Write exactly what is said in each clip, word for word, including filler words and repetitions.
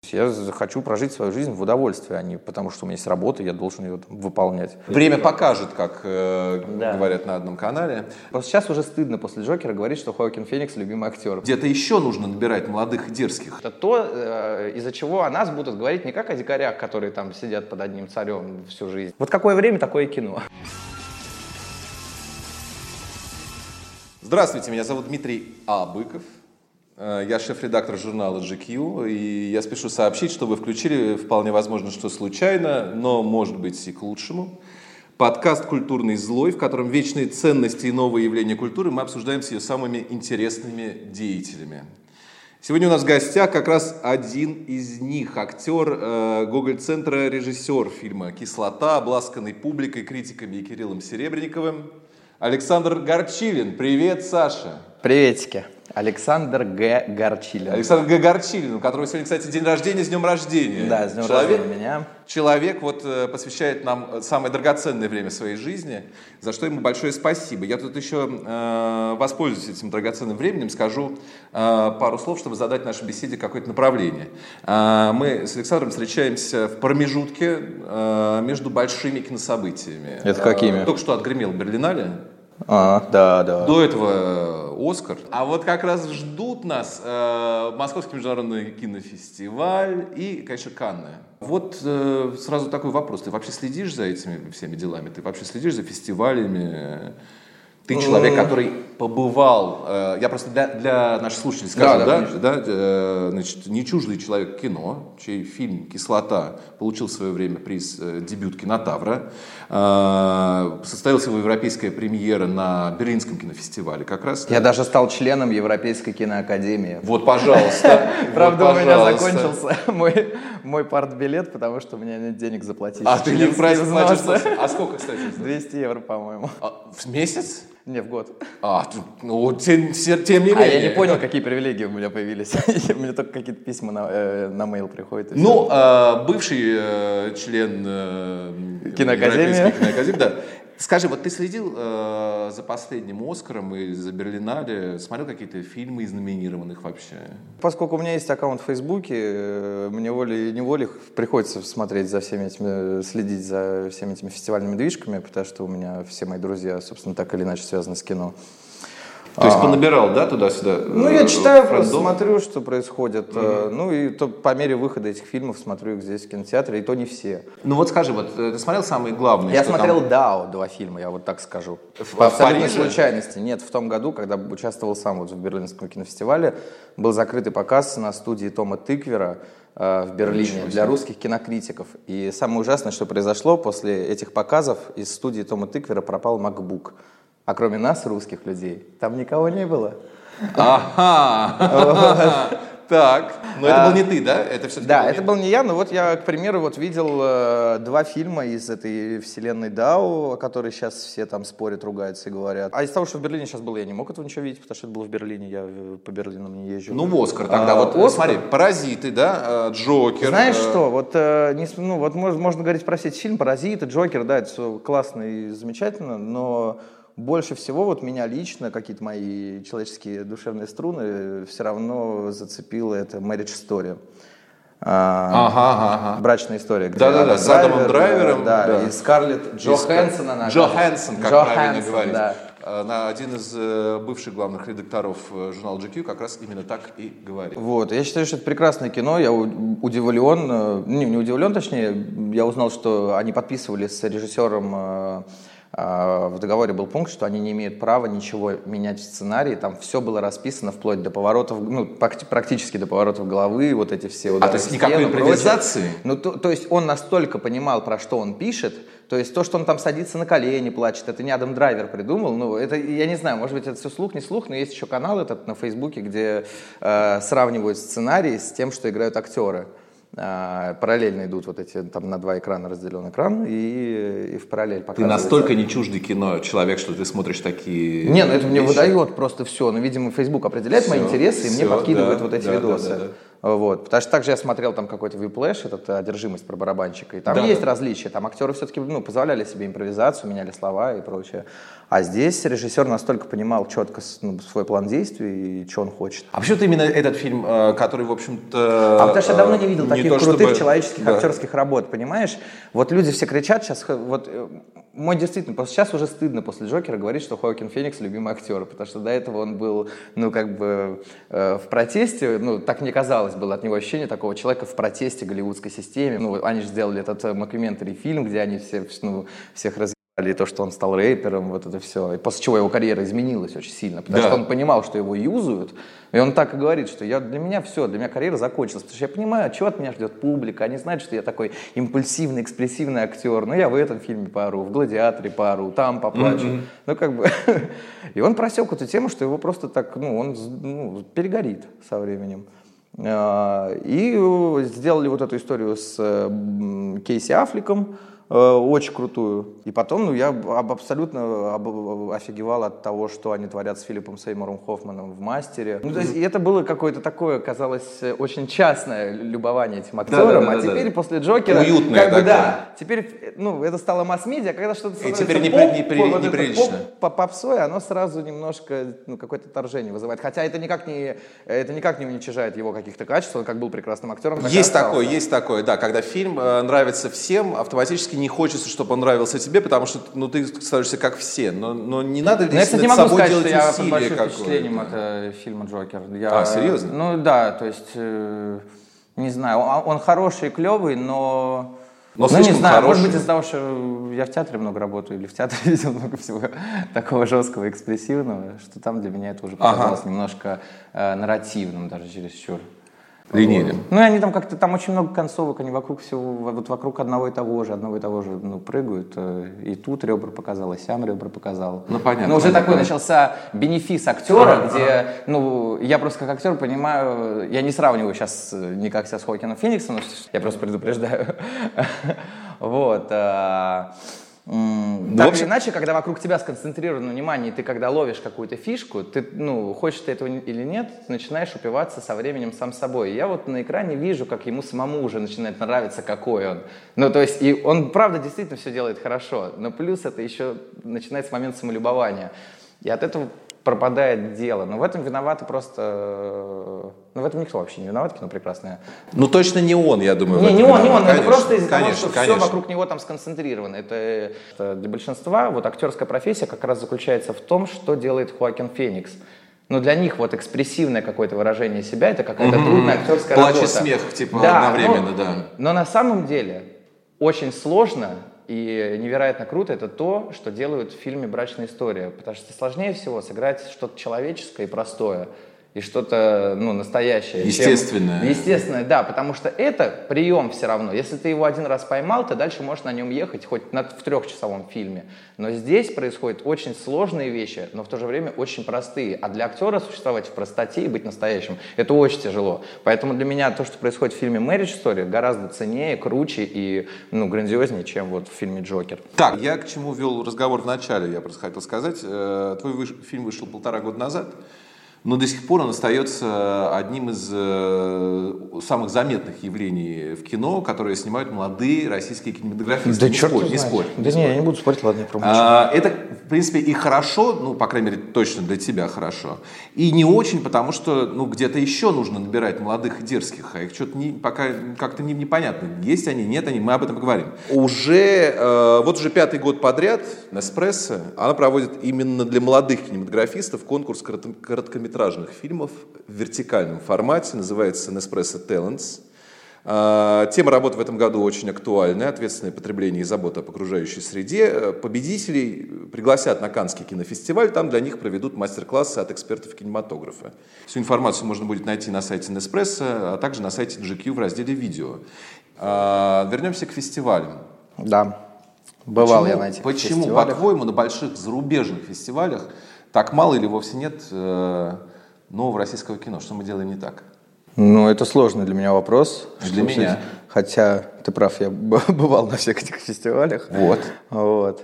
Я хочу прожить свою жизнь в удовольствии, а не потому, что у меня есть работа, и я должен ее там выполнять. Время покажет, как э, да. говорят на одном канале. Просто сейчас уже стыдно после «Джокера» говорить, что Хоакин Феникс – любимый актер. Где-то еще нужно набирать молодых и дерзких. Это то, э, из-за чего о нас будут говорить не как о дикарях, которые там сидят под одним царем всю жизнь. Вот какое время, такое кино. Здравствуйте, меня зовут Дмитрий Абыков. Я шеф-редактор журнала джи кью, и я спешу сообщить, что вы включили, вполне возможно, что случайно, но, может быть, и к лучшему, подкаст «Культурный злой», в котором вечные ценности и новые явления культуры мы обсуждаем с ее самыми интересными деятелями. Сегодня у нас в гостях как раз один из них, актер э, Гоголь-центра, режиссер фильма «Кислота», обласканный публикой, критиками и Кириллом Серебренниковым, Александр Горчилин. Привет, Саша. Приветики. Александр Г. Горчилин. Александр Г. Горчилин, у которого сегодня, кстати, день рождения, с днем рождения. Да, с днем человек, рождения меня. Человек вот посвящает нам самое драгоценное время своей жизни, за что ему большое спасибо. Я тут еще э, воспользуюсь этим драгоценным временем, скажу э, пару слов, чтобы задать нашей беседе какое-то направление. Э, мы с Александром встречаемся в промежутке э, между большими кинособытиями. Это какими? Э, только что отгремел Берлинале. А, да, да. До этого Оскар. А вот как раз ждут нас э, Московский международный кинофестиваль и, конечно, Канны. Вот э, сразу такой вопрос. Ты вообще следишь за этими всеми делами? Ты вообще следишь за фестивалями? Ты человек, который побывал, э, я просто для, для наших слушателей скажу, да, да, да, э, значит, не чуждый человек кино, чей фильм «Кислота» получил в свое время приз э, «Дебют кинотавра», э, состоялась его европейская премьера на Берлинском кинофестивале как раз. Я даже стал членом Европейской киноакадемии. Вот, пожалуйста. Правда, у меня закончился мой, мой партбилет, потому что у меня нет денег заплатить. А ты не вправе платишь? А сколько, кстати? двести евро, по-моему. В месяц? Не, в год. А, ну, тем, тем не менее. А я не понял, какие привилегии у меня появились. Мне только какие-то письма на, э, на мейл приходят. Ну, э, бывший э, член э, киноакадемии. киноакадемии, да. Скажи, вот ты следил э, за последним «Оскаром» и за «Берлинале», смотрел какие-то фильмы из номинированных вообще? Поскольку у меня есть аккаунт в Фейсбуке, мне волей-неволей приходится смотреть за всеми этими, следить за всеми этими фестивальными движками, потому что у меня все мои друзья, собственно, так или иначе связаны с кино. То есть понабирал, да, туда-сюда? Ну, я читаю, просто смотрю, что происходит. Mm-hmm. Ну, и то, по мере выхода этих фильмов смотрю их здесь в кинотеатре, и то не все. Ну, вот скажи, вот ты смотрел самые главные? Я смотрел там... «Дао», два фильма, я вот так скажу. В, по абсолютной Париже? случайности. Нет, в том году, когда участвовал сам вот в Берлинском кинофестивале, был закрытый показ на студии Тома Тыквера э, в Берлине для русских кинокритиков. И самое ужасное, что произошло, после этих показов из студии Тома Тыквера пропал MacBook. А кроме нас, русских людей, там никого не было. Ага. Так, но это был не ты, да? Это все-таки да, это был не я, но вот я, к примеру, вот видел э, два фильма из этой вселенной «Дао», о которой сейчас все там спорят, ругаются и говорят. А из того, что в Берлине сейчас было, я не мог этого ничего видеть, потому что это было в Берлине, я по Берлину не езжу. Ну, в «Оскар» тогда. А, вот Оскар. Смотри, «Паразиты», да, «Джокер». Знаешь что, вот, э, не, ну, вот можно, можно говорить про все эти фильмы, «Паразиты», «Джокер», да, это все классно и замечательно, но... Больше всего вот меня лично, какие-то мои человеческие душевные струны, все равно зацепила эта Marriage Story. А, ага, ага. Брачная история. Да-да-да, с Адамом Драйвером. Да, да, и Скарлетт Джоханссон. Джоханссон, как Джоханссон, правильно говорить. Да. На один из бывших главных редакторов журнала джи кью как раз именно так и говорит. Вот, я считаю, что это прекрасное кино, я удивлен, не, не удивлен, точнее, я узнал, что они подписывали с режиссером. В договоре был пункт, что они не имеют права ничего менять в сценарии, там все было расписано вплоть до поворотов, ну, практически до поворотов головы, вот эти все удары. А, то есть никакой импровизации? Ну, то, то есть он настолько понимал, про что он пишет, то есть то, что он там садится на колени, плачет, это не Адам Драйвер придумал, ну, это, я не знаю, может быть, это все слух, не слух, но есть еще канал этот на Фейсбуке, где э, сравнивают сценарий с тем, что играют актеры. Параллельно идут вот эти, там на два экрана разделен экран, и, и в параллель показывается. Ты настолько не чуждый кино человек, что ты смотришь такие... Не, ну это мне выдает просто все. Ну, видимо, Facebook определяет все, мои интересы, и все, мне подкидывает да, вот эти да, видосы. Да, да, да. Вот. Потому что также я смотрел там какой-то Whiplash, этот «Одержимость» про барабанщика, и там да, есть да. различия. Там актеры все-таки ну, позволяли себе импровизацию, меняли слова и прочее. А здесь режиссер настолько понимал четко ну, свой план действий и что он хочет. А почему-то именно этот фильм, который, в общем-то... А потому что я давно не видел не таких то, крутых чтобы... человеческих да. актерских работ, понимаешь? Вот люди все кричат сейчас, вот мой действительно, просто сейчас уже стыдно после «Джокера» говорить, что Хоакин Феникс любимый актер, потому что до этого он был, ну, как бы э, в протесте, ну, так мне казалось, было от него ощущение такого человека в протесте голливудской системе. Ну, они же сделали этот мокюментари фильм, где они все, ну, всех разъебали, то, что он стал рэпером, вот это все. И после чего его карьера изменилась очень сильно, потому да. что он понимал, что его юзают, и он так и говорит, что я, для меня все, для меня карьера закончилась, потому что я понимаю, что от меня ждет публика, они знают, что я такой импульсивный, экспрессивный актер, ну, я в этом фильме поору, в «Гладиаторе» поору, там поплачу, mm-hmm. ну, как бы... И он просек эту тему, что его просто так, ну, он ну, перегорит со временем. И сделали вот эту историю с Кейси Аффлеком, очень крутую. И потом ну, я об, абсолютно об, офигевал от того, что они творят с Филиппом Сеймуром Хоффманом в «Мастере». Ну, то есть, и это было какое-то такое, казалось, очень частное любование этим актером. Да, да, да, а теперь да. после «Джокера... Уютное как бы, такое. Да, теперь ну, это стало масс-медиа, когда что-то становится и теперь поп, непри, непри, вот неприлично. Поп, попсой, оно сразу немножко ну, какое-то отторжение вызывает. Хотя это никак не, это никак не уничижает его каких-то качеств. Он как был прекрасным актером, так Есть такое, есть такое, да. Когда фильм э, нравится всем, автоматически не хочется, чтобы он нравился тебе, потому что ну, ты становишься как все. Но, но не надо я, кстати, не над могу собой сказать, делать что я усилия. под большим впечатлением от э, фильма «Джокер». Я, а, серьезно? Ну да, то есть, э, не знаю, он, он хороший и клевый, но... Но ну, не знаю, хороший. Может быть, из-за того, что я в театре много работаю, или в театре видел много всего такого жесткого, экспрессивного, что там для меня это уже показалось ага. немножко э, нарративным, даже чересчур. Линейным. Ну и они там как-то, там очень много концовок, они вокруг всего, вот вокруг одного и того же, одного и того же, ну, прыгают. И тут ребра показал, и сям ребра показал. Ну, понятно. Но уже понятно. такой начался бенефис актера, где, ну, я просто как актер понимаю, я не сравниваю сейчас никак себя с Хоакином Фениксом, я просто предупреждаю. Вот. Так или иначе, когда вокруг тебя сконцентрировано внимание, и ты когда ловишь какую-то фишку, ты, ну, хочешь ты этого или нет, начинаешь упиваться со временем сам собой. И я вот на экране вижу, как ему самому уже начинает нравиться, какой он. Ну, то есть, и он, правда, действительно все делает хорошо, но плюс это еще начинается момент самолюбования. И от этого пропадает дело. Но в этом виноваты просто... Ну, в этом никто вообще не виноват, кино прекрасное. Ну, точно не он, я думаю. Не, не он, не он. Конечно, это просто из-за конечно, того, что конечно. все вокруг него там сконцентрировано. Это, это для большинства вот актерская профессия как раз заключается в том, что делает Хоакин Феникс. Но для них вот экспрессивное какое-то выражение себя, это какая-то mm-hmm. трудная актерская Плач работа. Плач и смех, типа, да, одновременно, но, да. Но на самом деле очень сложно и невероятно круто это то, что делают в фильме «Брачная история». Потому что сложнее всего сыграть что-то человеческое и простое. И что-то, ну, настоящее. Естественное. Чем... Естественное, да, потому что это прием все равно. Если ты его один раз поймал, ты дальше можешь на нем ехать хоть на, в трехчасовом фильме. Но здесь происходят очень сложные вещи, но в то же время очень простые. А для актера существовать в простоте и быть настоящим – это очень тяжело. Поэтому для меня то, что происходит в фильме «Marriage Story», гораздо ценнее, круче и, ну, грандиознее, чем вот в фильме «Джокер». Так, я к чему вел разговор в начале, я просто хотел сказать. Твой выш... фильм вышел полтора года назад. Но до сих пор он остается одним из э, самых заметных явлений в кино, которые снимают молодые российские кинематографисты. Да не черт спорь, не спорь. Да не не, спорь. я не буду спорить, ладно, я промолчу. А, это, в принципе, и хорошо, ну, по крайней мере, точно для тебя хорошо, и не очень, потому что, ну, где-то еще нужно набирать молодых и дерзких, а их что-то не, пока как-то не, непонятно, есть они, нет они, мы об этом поговорим. Уже, э, вот уже пятый год подряд Неспрессо, она проводит именно для молодых кинематографистов конкурс короткометражных фильмов в вертикальном формате, называется Nespresso Talents. Тема работы в этом году очень актуальная: ответственное потребление и забота об окружающей среде. Победителей пригласят на Каннский кинофестиваль, там для них проведут мастер-классы от экспертов кинематографа. Всю информацию можно будет найти на сайте Nespresso, а также на сайте джи кью в разделе «Видео». Вернемся к фестивалям. Да, бывал почему, я на этих почему, фестивалях. Почему, по-твоему, на больших зарубежных фестивалях так мало или вовсе нет э, нового российского кино? Что мы делаем не так? Ну, это сложный для меня вопрос. Для меня. Хотя, ты прав, я бывал на всех этих фестивалях. Вот. Вот.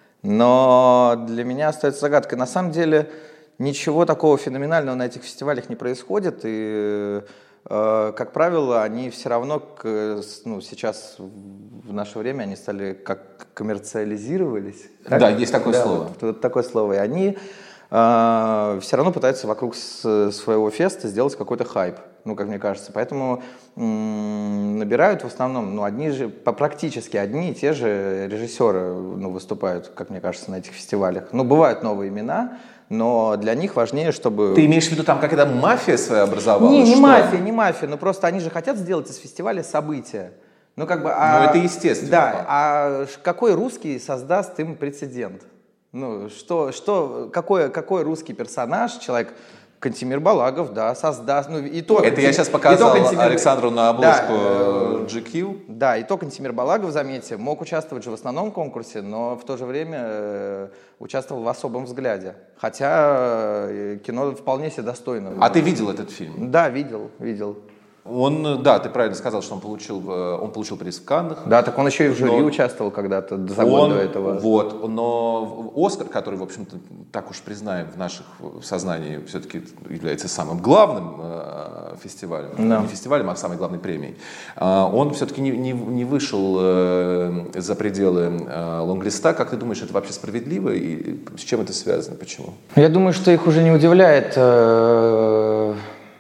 Но для меня остается загадкой. На самом деле, ничего такого феноменального на этих фестивалях не происходит. И э, как правило, они все равно, к, ну, сейчас в наше время они стали как коммерциализировались. Так? Да, есть такое да, слово. Вот, вот такое слово. И они э, все равно пытаются вокруг с, своего феста сделать какой-то хайп, ну, как мне кажется. Поэтому м- набирают в основном, ну, одни же, практически одни и те же режиссеры, ну, выступают, как мне кажется, на этих фестивалях. Ну, бывают новые имена, но для них важнее, чтобы... Ты имеешь в виду, там какая-то мафия своя образовалась? Не, не что? мафия, не мафия, но просто они же хотят сделать из фестиваля событие. Ну, как бы, а, ну, это естественно. Да, а какой русский создаст им прецедент? Ну, что, что, какой, какой русский персонаж, человек, Кантемир Балагов, да, создаст. Ну, и то, это я сейчас показал Кантемир... Александру на обложку да, джи кью. Да, и то Кантемир Балагов, заметьте, мог участвовать же в основном конкурсе, но в то же время э, участвовал в особом взгляде. Хотя э, кино вполне себе достойно. А ты видел этот фильм? Да, видел, видел. Он, да, ты правильно сказал, что он получил, он получил приз в Каннах. Да, так он еще и в жюри но участвовал когда-то, за год он, до этого. Вот, но Оскар, который, в общем-то, так уж признаем, в наших сознании все-таки является самым главным э, фестивалем, да. Не фестивалем, а самой главной премией, э, он все-таки не, не, не вышел э, за пределы э, лонглиста. Как ты думаешь, это вообще справедливо и с чем это связано, почему? Я думаю, что их уже не удивляет... Э-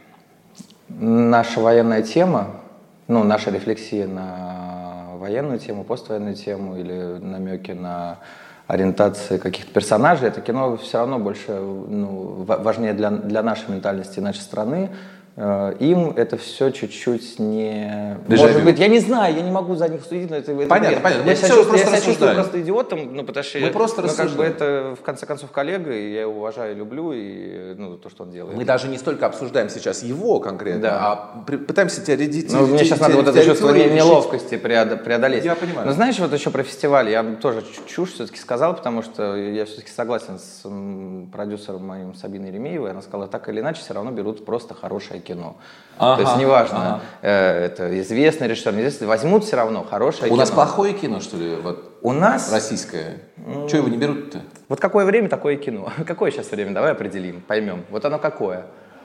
Наша военная тема, ну, наша рефлексия на военную тему, поствоенную тему или намеки на ориентации каких-то персонажей, это кино все равно больше, ну, важнее для, для нашей ментальности, нашей страны. Им это все чуть-чуть не... Дежавю. Может быть, я не знаю, я не могу за них судить, но это... это понятно, бред. понятно. Я, себя чувствую, я себя чувствую просто идиотом, ну, потому что мы я, просто ну, как бы рассуждаем. это, в конце концов, коллега, и я его уважаю, люблю, и ну, то, что он делает. Мы даже не столько обсуждаем сейчас его конкретно, да. а пытаемся теоретически... Ну, мне сейчас надо вот это чувство неловкости преодолеть. Я понимаю. Но знаешь, вот еще про фестиваль, я тоже чушь все-таки сказал, потому что я все-таки согласен с продюсером моим Сабиной Еремеевой, она сказала, так или иначе, все равно берут просто хорошее кино. Ага, то есть неважно, ага. э, это известный режиссер, неизвестный, возьмут все равно хорошее У кино. У нас плохое кино, что ли? Вот, У нас? Российское. Mm. Чего его не берут-то? Вот какое время, такое кино. Какое сейчас время? Давай определим, поймем. Вот оно какое?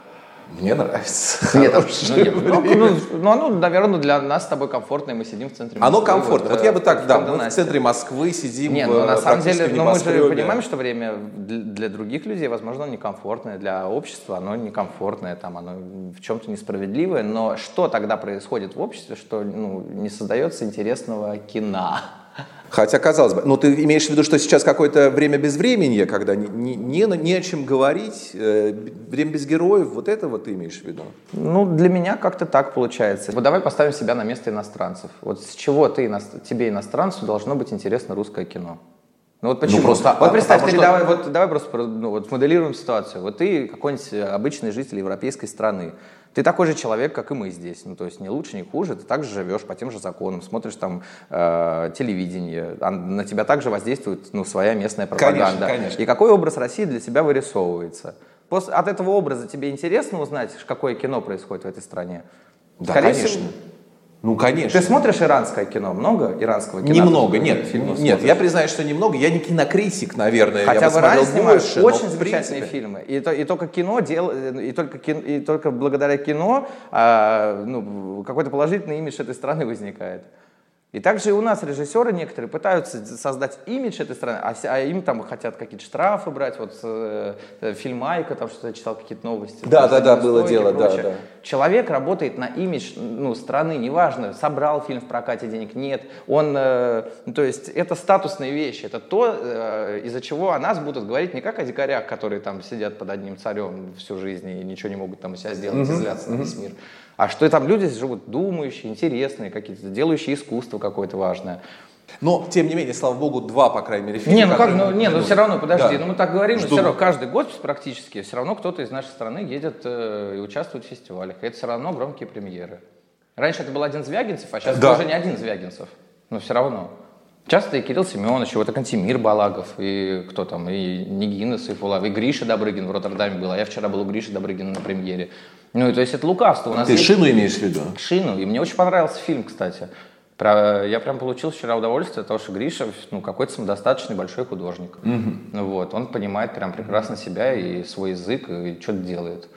Мне нравится. Нет, ну, нет, ну, ну, ну, оно, наверное, для нас с тобой комфортно, и мы сидим в центре Москвы. Оно комфортно. Вот, вот я бы так, да, мы в центре Москвы сидим. Нет, ну на самом деле, но мы же понимаем, что время для других людей, возможно, некомфортное, для общества оно некомфортное, там, оно в чем-то несправедливое, но что тогда происходит в обществе, что ну, не создается интересного кино? Хотя, казалось бы, ну ты имеешь в виду, что сейчас какое-то время безвременья, когда не, не, не, не о чем говорить, э, время без героев, вот это вот ты имеешь в виду? Ну, для меня как-то так получается. Вот давай поставим себя на место иностранцев. Вот с чего ты, тебе, иностранцу, должно быть интересно русское кино? Ну вот почему? Ну, просто, вот представь, ты, что... давай, вот, давай просто ну, вот, смоделируем ситуацию. Вот ты какой-нибудь обычный житель европейской страны. Ты такой же человек, как и мы здесь. Ну, то есть не лучше, не хуже. Ты также живешь по тем же законам, смотришь там э, телевидение. А на тебя также воздействует ну, своя местная пропаганда. Конечно, конечно. И какой образ России для тебя вырисовывается? После, от этого образа тебе интересно узнать, какое кино происходит в этой стране? Да, Скорее конечно. всего, Ну, конечно. ты смотришь иранское кино? Много иранского кино? Немного, нет. Нет, я признаю, что немного. Я не кинокритик, наверное. Хотя я в Иране снимают больше, очень но, замечательные фильмы. И, то, и только кино дел, и только, кино, и только благодаря кино а, ну, какой-то положительный имидж этой страны возникает. И также и у нас режиссеры некоторые пытаются создать имидж этой страны, а, а им там хотят какие-то штрафы брать. Вот э, фильм Майка, там что-то я читал, какие-то новости. Да, да, да, было дело, да, да. Человек работает на имидж ну, страны, неважно, собрал фильм в прокате, денег нет. Он, э, ну, то есть это статусные вещи, это то, э, из-за чего о нас будут говорить не как о дикарях, которые там сидят под одним царем всю жизнь и ничего не могут там у себя сделать, mm-hmm. и злятся на весь мир. А что там люди живут думающие, интересные, какие-то делающие искусство какое-то важное. Но, тем не менее, слава богу, два, по крайней мере, фильма. Не, ну как, ну, не, ну все равно, подожди, да. ну мы так говорим, Жду. но все равно каждый год практически, все равно кто-то из нашей страны едет э, и участвует в фестивалях. И это все равно громкие премьеры. Раньше это был один Звягинцев, а сейчас да. уже не один Звягинцев. Но все равно. Часто и Кирилл Семенович, и вот и Кантемир Балагов, и кто там, и Нигина Сайфуллаев, и Гриша Добрыгин в Роттердаме был. А я вчера был у Гриши Добрыгина на премьере. Ну, то есть это лукавство. У нас Ты есть... Шину имеешь в виду? Шину. И мне очень понравился фильм, кстати. Про... Я прям получил вчера удовольствие от того, что Гриша ну, какой-то самодостаточный большой художник. Угу. Ну, вот. Он понимает прям прекрасно себя и свой язык, и что-то делает.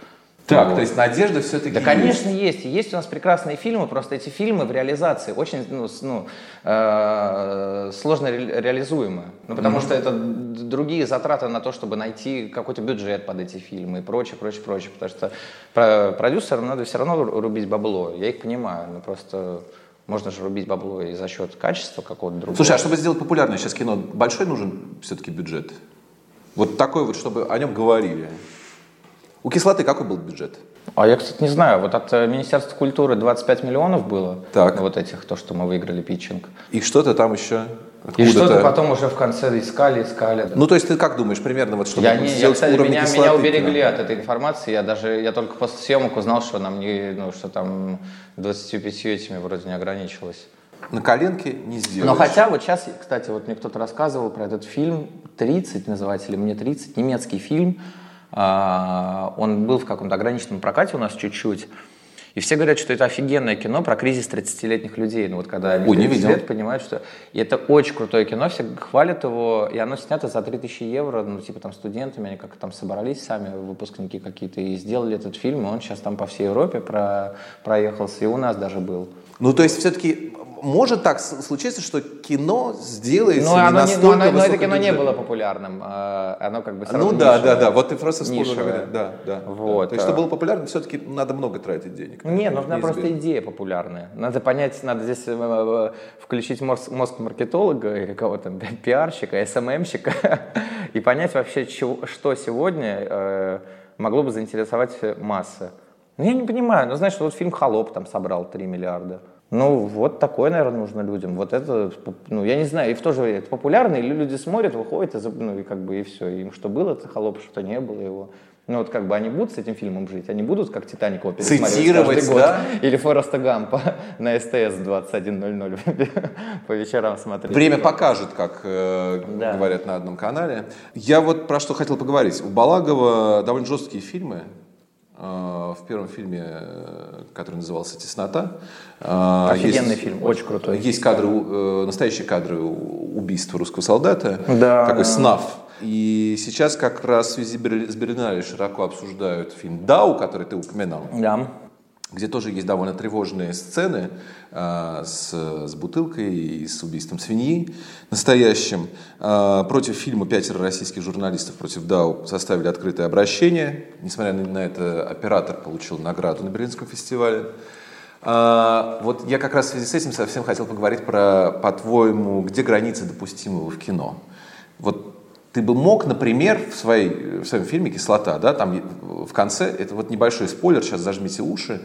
Так, вот. То есть надежда все-таки Да, есть. Конечно, есть. Есть у нас прекрасные фильмы, просто эти фильмы в реализации очень ну, ну, э, сложно ре- реализуемы. Ну, потому mm-hmm. что это другие затраты на то, чтобы найти какой-то бюджет под эти фильмы и прочее, прочее, прочее. Потому что про- продюсерам надо все равно рубить бабло. Я их понимаю, но просто можно же рубить бабло и за счет качества какого-то другого. Слушай, а чтобы сделать популярное сейчас кино, большой нужен все-таки бюджет? Вот такой вот, чтобы о нем говорили. У «Кислоты» какой был бюджет? А я, кстати, не знаю. Вот от Министерства культуры двадцать пять миллионов было. Так. Вот этих, то, что мы выиграли питчинг. И что-то там еще? И что-то потом уже в конце искали, искали. Да. Ну, то есть ты как думаешь, примерно вот чтобы я не, сделать я, кстати, уровень меня, «Кислоты»? Меня уберегли от этой информации. Я даже, я только после съемок узнал, что нам не, ну, что там двадцатью пятью этими вроде не ограничилось. На коленке не сделаешь. Но хотя вот сейчас, кстати, вот мне кто-то рассказывал про этот фильм «тридцать» называется, или «Мне тридцать», немецкий фильм. Он был в каком-то ограниченном прокате у нас чуть-чуть. И все говорят, что это офигенное кино про кризис тридцатилетних людей. Ну вот когда они тридцать лет понимают, что... И это очень крутое кино, все хвалят его. И оно снято за три тысячи евро, ну типа там студентами, они как-то там собрались сами, выпускники какие-то, и сделали этот фильм. И он сейчас там по всей Европе про... проехался, и у нас даже был. Ну то есть все-таки... Может так случиться, что кино сделается но не оно настолько не, но, оно, но это кино бюджет. не было популярным, оно как бы все равно Ну да, нишевое. да, да, вот ты просто вспомнил, да, да, вот. да. То есть, чтобы было популярно, все-таки надо много тратить денег. Не, нужна неизбежно. Просто идея популярная. Надо понять, надо здесь включить мозг, мозг маркетолога или кого-то, пиарщика, эс эм эм-щика и понять вообще, чего, что сегодня э, могло бы заинтересовать массы. Ну я не понимаю, ну знаешь, вот фильм «Холоп» там собрал три миллиарда. Ну, вот такое, наверное, нужно людям. Вот это, ну, я не знаю, и в то же время это популярно, и люди смотрят, выходят, и, ну, и как бы, и все. Им что было, это «Холоп», что не было его. Ну, вот как бы они будут с этим фильмом жить? Они будут, как «Титаник» его пересматривать каждый год? Да? Или «Фореста Гампа» на эс тэ эс двадцать один ноль ноль по вечерам смотреть? Время покажет, как э, да. говорят на одном канале. Я вот про что хотел поговорить. У Балагова довольно жесткие фильмы. В первом фильме, который назывался «Теснота». Офигенный есть, фильм, очень крутой. Есть кадры, настоящие кадры убийства русского солдата. Да, такой да. снаф. И сейчас как раз в связи с Берлинале широко обсуждают фильм «Дау», который ты упоминал. Да. Где тоже есть довольно тревожные сцены э, с, с бутылкой и с убийством свиньи настоящим. Э, против фильма пятеро российских журналистов против ДАУ составили открытое обращение. Несмотря на, на это, оператор получил награду на Берлинском фестивале. Э, вот я как раз в связи с этим совсем хотел поговорить про, по-твоему, где границы допустимого в кино. Вот ты бы мог, например, в, своей, в своем фильме «Кислота», да, там в конце, это вот небольшой спойлер, сейчас зажмите уши,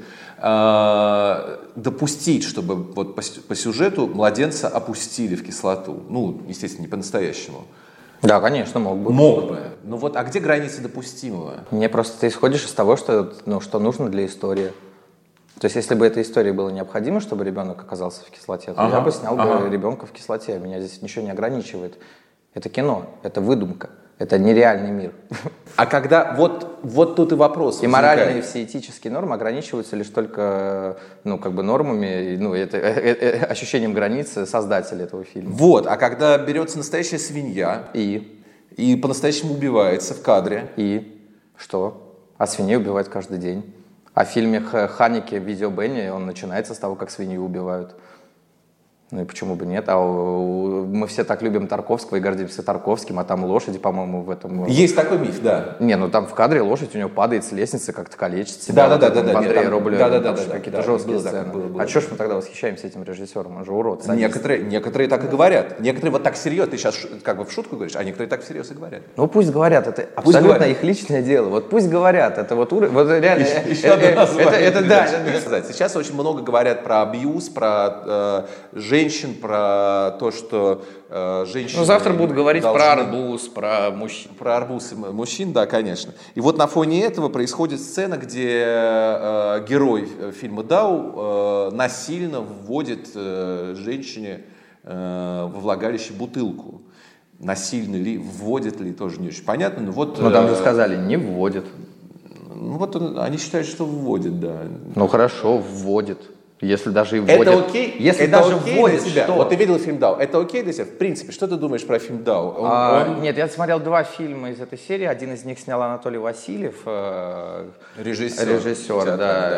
э, допустить, чтобы вот по, по сюжету младенца опустили в кислоту. Ну, естественно, не по-настоящему. Да, конечно, мог бы. Мог бы. Ну вот, а где границы допустимого? Мне просто ты исходишь из того, что, ну, что нужно для истории. То есть, если бы этой истории было необходимо, чтобы ребенок оказался в кислоте, то ага, я бы снял ага. бы ребенка в кислоте. Меня здесь ничего не ограничивает. Это кино, это выдумка, это нереальный мир. А когда, вот, вот тут и вопрос и возникает. Моральные все этические нормы ограничиваются лишь только, ну, как бы нормами, ну, это, э, э, ощущением границы создателя этого фильма. Вот, а когда берется настоящая свинья и, и по-настоящему убивается в кадре. И что? А свиней убивают каждый день. А в фильме Ханеке «Видео Бенни» он начинается с того, как свинью убивают. Ну и почему бы нет? А мы все так любим Тарковского и гордимся Тарковским, а там лошади, по-моему, в этом... Есть такой миф, да. Не, ну там в кадре лошадь у него падает с лестницы, как-то калечит себя. Да-да-да. Андрея Рублева. Да-да-да. Какие-то жесткие сцены. А что ж мы тогда восхищаемся этим режиссером? Он же урод. Некоторые, некоторые так и говорят. Некоторые вот так серьезно. Ты сейчас как бы в шутку говоришь, а некоторые так всерьез и говорят. Ну пусть говорят. Это пусть абсолютно говорят. Их личное дело. Вот пусть говорят. Это вот уровень... Вот реально... Это да. Сейчас очень много говорят про абьюз, про женщин, про то, что э, женщины... Ну, завтра будут говорить должны... про арбуз, про мужчин. Про арбуз и мужчин, да, конечно. И вот на фоне этого происходит сцена, где э, герой фильма «Дау» э, насильно вводит э, женщине э, во влагалище бутылку. Насильно ли, вводит ли, тоже не очень понятно. Но вот, ну, там же сказали, не вводит. Ну, вот он, они считают, что вводит, да. Ну, хорошо, вводит. Если даже и вводят. Это окей? Если это даже окей вводят, для тебя? что? Вот ты видел фильм «Дау». Это окей для тебя? В принципе, что ты думаешь про фильм «Дау»? Он, А, он... Нет, я смотрел два фильма из этой серии. Один из них снял Анатолий Васильев, э, Режиссер. режиссер, Театр, да, да.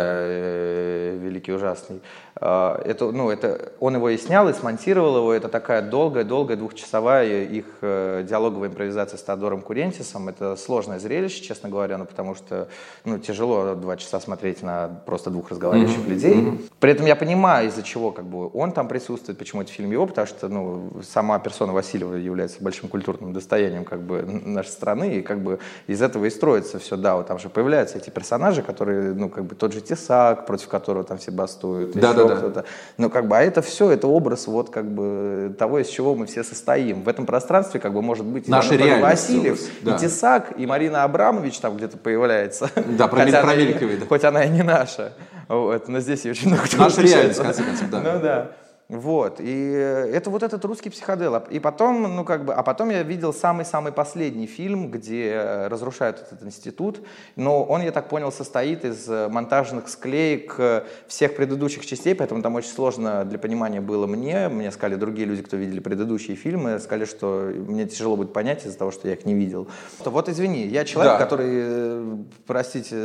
э, великий ужасный. А, это, ну, это, он его и снял, и смонтировал его. Это такая долгая-долгая двухчасовая их э, диалоговая импровизация с Теодором Курентисом. Это сложное зрелище, честно говоря, ну, потому что ну, тяжело два часа смотреть на просто двух разговаривающих mm-hmm. людей. Mm-hmm. При этом я понимаю, из-за чего как бы он там присутствует, почему это фильм его, потому что ну, сама персона Васильева является большим культурным достоянием как бы нашей страны, и как бы из этого и строится все, да, вот там же появляются эти персонажи, которые, ну, как бы тот же Тесак, против которого там все бастуют, да, еще да, кто-то. Да. Ну, как бы, а это все, это образ вот как бы того, из чего мы все состоим. В этом пространстве как бы может быть Наша и Васильев, да. и Тесак, и Марина Абрамович там где-то появляется. Да, промелькивает. Да. Хоть она и не наша. Вот, но здесь очень много кто наша реальность, в конце концов, да. Ну да. Вот, и это вот этот русский психодел. И потом, ну как бы, а потом я видел самый-самый последний фильм, где разрушают этот институт, но он, я так понял, состоит из монтажных склеек всех предыдущих частей, поэтому там очень сложно для понимания было мне. Мне сказали другие люди, кто видели предыдущие фильмы, сказали, что мне тяжело будет понять из-за того, что я их не видел. Вот извини, я человек, да. который, простите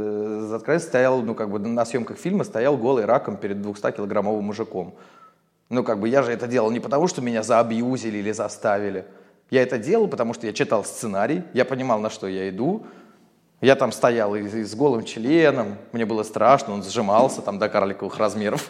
за откровенность, стоял, ну как бы на съемках фильма стоял голый раком перед двухстокилограммовым мужиком. Ну, как бы я же это делал не потому, что меня заабьюзили или заставили. Я это делал, потому что я читал сценарий, я понимал, на что я иду. Я там стоял и, и с голым членом, мне было страшно, он сжимался там до карликовых размеров.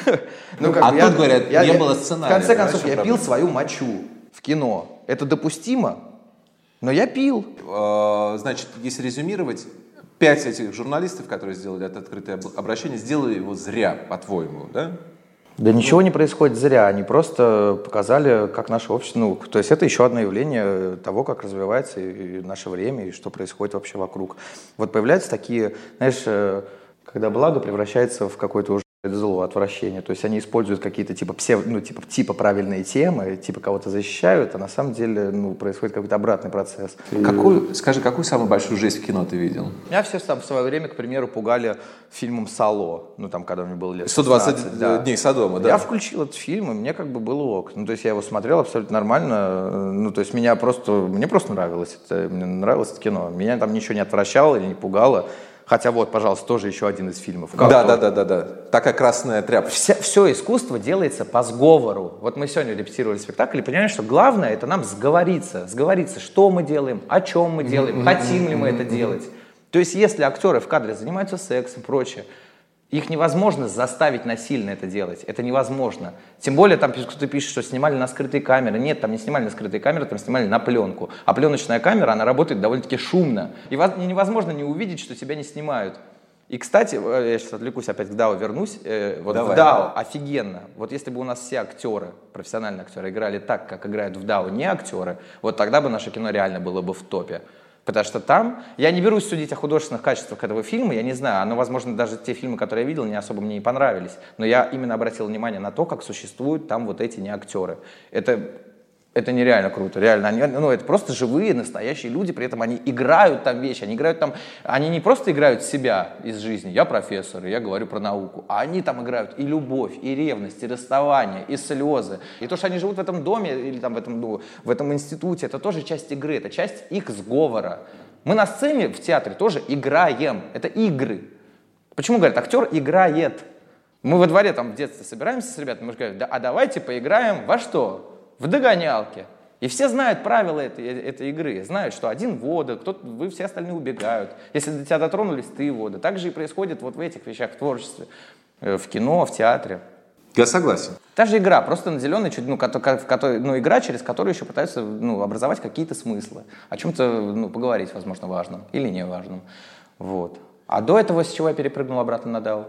Ну, а тут, я, говорят, я, не я, было сценария. В конце концов, я пил свою мочу в кино. Это допустимо, но я пил. Значит, если резюмировать, пять этих журналистов, которые сделали это открытое обращение, сделали его зря, по-твоему, да? Да ничего не происходит зря, они просто показали, как наше общество, ну, то есть это еще одно явление того, как развивается и наше время, и что происходит вообще вокруг. Вот появляются такие, знаешь, когда благо превращается в какое-то уже зло, отвращение, то есть они используют какие-то типа, псев, ну, типа, типа правильные темы, типа кого-то защищают, а на самом деле ну, происходит какой-то обратный процесс. Какой, и... Скажи, какую самую большую жесть в кино ты видел? Меня все там в свое время, к примеру, пугали фильмом «Сало», ну там, когда мне было лет сто двадцать да. дней Содома, да? Я включил этот фильм, и мне как бы было ок. Ну, то есть я его смотрел абсолютно нормально, ну, то есть меня просто, мне просто нравилось это, мне нравилось это кино, меня там ничего не отвращало или не пугало. Хотя вот, пожалуйста, тоже еще один из фильмов. Да, да, да, да, да. Такая красная тряпка. Все, все искусство делается по сговору. Вот мы сегодня репетировали спектакль и понимаем, что главное это нам сговориться. Сговориться, что мы делаем, о чем мы делаем, mm-hmm. хотим ли мы mm-hmm. это делать. То есть, если актеры в кадре занимаются сексом и прочее, их невозможно заставить насильно это делать. Это невозможно. Тем более, там кто-то пишет, что снимали на скрытые камеры. Нет, там не снимали на скрытые камеры, там снимали на пленку. А пленочная камера, она работает довольно-таки шумно. И невозможно не увидеть, что тебя не снимают. И, кстати, я сейчас отвлекусь, опять к ДАО вернусь. Вот Давай. В ДАО офигенно. Вот если бы у нас все актеры, профессиональные актеры, играли так, как играют в ДАО не актеры, вот тогда бы наше кино реально было бы в топе. Потому что там, я не берусь судить о художественных качествах этого фильма, я не знаю, оно, возможно, даже те фильмы, которые я видел, не особо мне и понравились, но я именно обратил внимание на то, как существуют там вот эти неактеры. Это, это нереально круто, реально, они, ну, это просто живые, настоящие люди, при этом они играют там вещи, они играют там, они не просто играют себя из жизни, я профессор, и я говорю про науку, а они там играют и любовь, и ревность, и расставание, и слезы, и то, что они живут в этом доме или там в этом, ну, в этом институте, это тоже часть игры, это часть их сговора. Мы на сцене в театре тоже играем, это игры. Почему говорят, актер играет? Мы во дворе там в детстве собираемся с ребятами, мы говорим, да, а давайте поиграем во что? В догонялке. И все знают правила этой, этой игры, знают, что один вода, кто-то, вы все остальные убегают. Если до тебя дотронулись, ты вода. Так же и происходит вот в этих вещах в творчестве, в кино, в театре. Я согласен. Та же игра, просто наделенная, ну, который, ну, игра, через которую еще пытаются ну, образовать какие-то смыслы. О чем-то ну, поговорить, возможно, важном или не важном. Вот. А до этого с чего я перепрыгнул обратно на ДАО?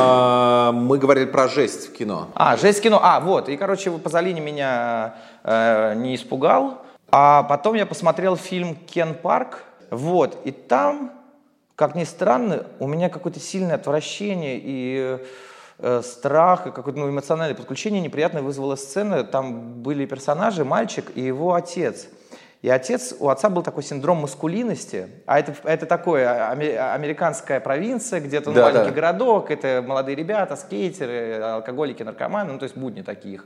А, мы говорили про жесть в кино. А, жесть в кино. А, вот. И, короче, Пазолини меня э, не испугал. А потом я посмотрел фильм «Кен Парк». Вот. И там, как ни странно, у меня какое-то сильное отвращение и э, страх, и какое-то ну, эмоциональное подключение неприятное вызвала сцена. Там были персонажи, мальчик и его отец. И И отец, у отца был такой синдром маскулинности, а это, это такое американская провинция, где-то да, маленький да. городок, это молодые ребята, скейтеры, алкоголики, наркоманы, ну то есть будни таких.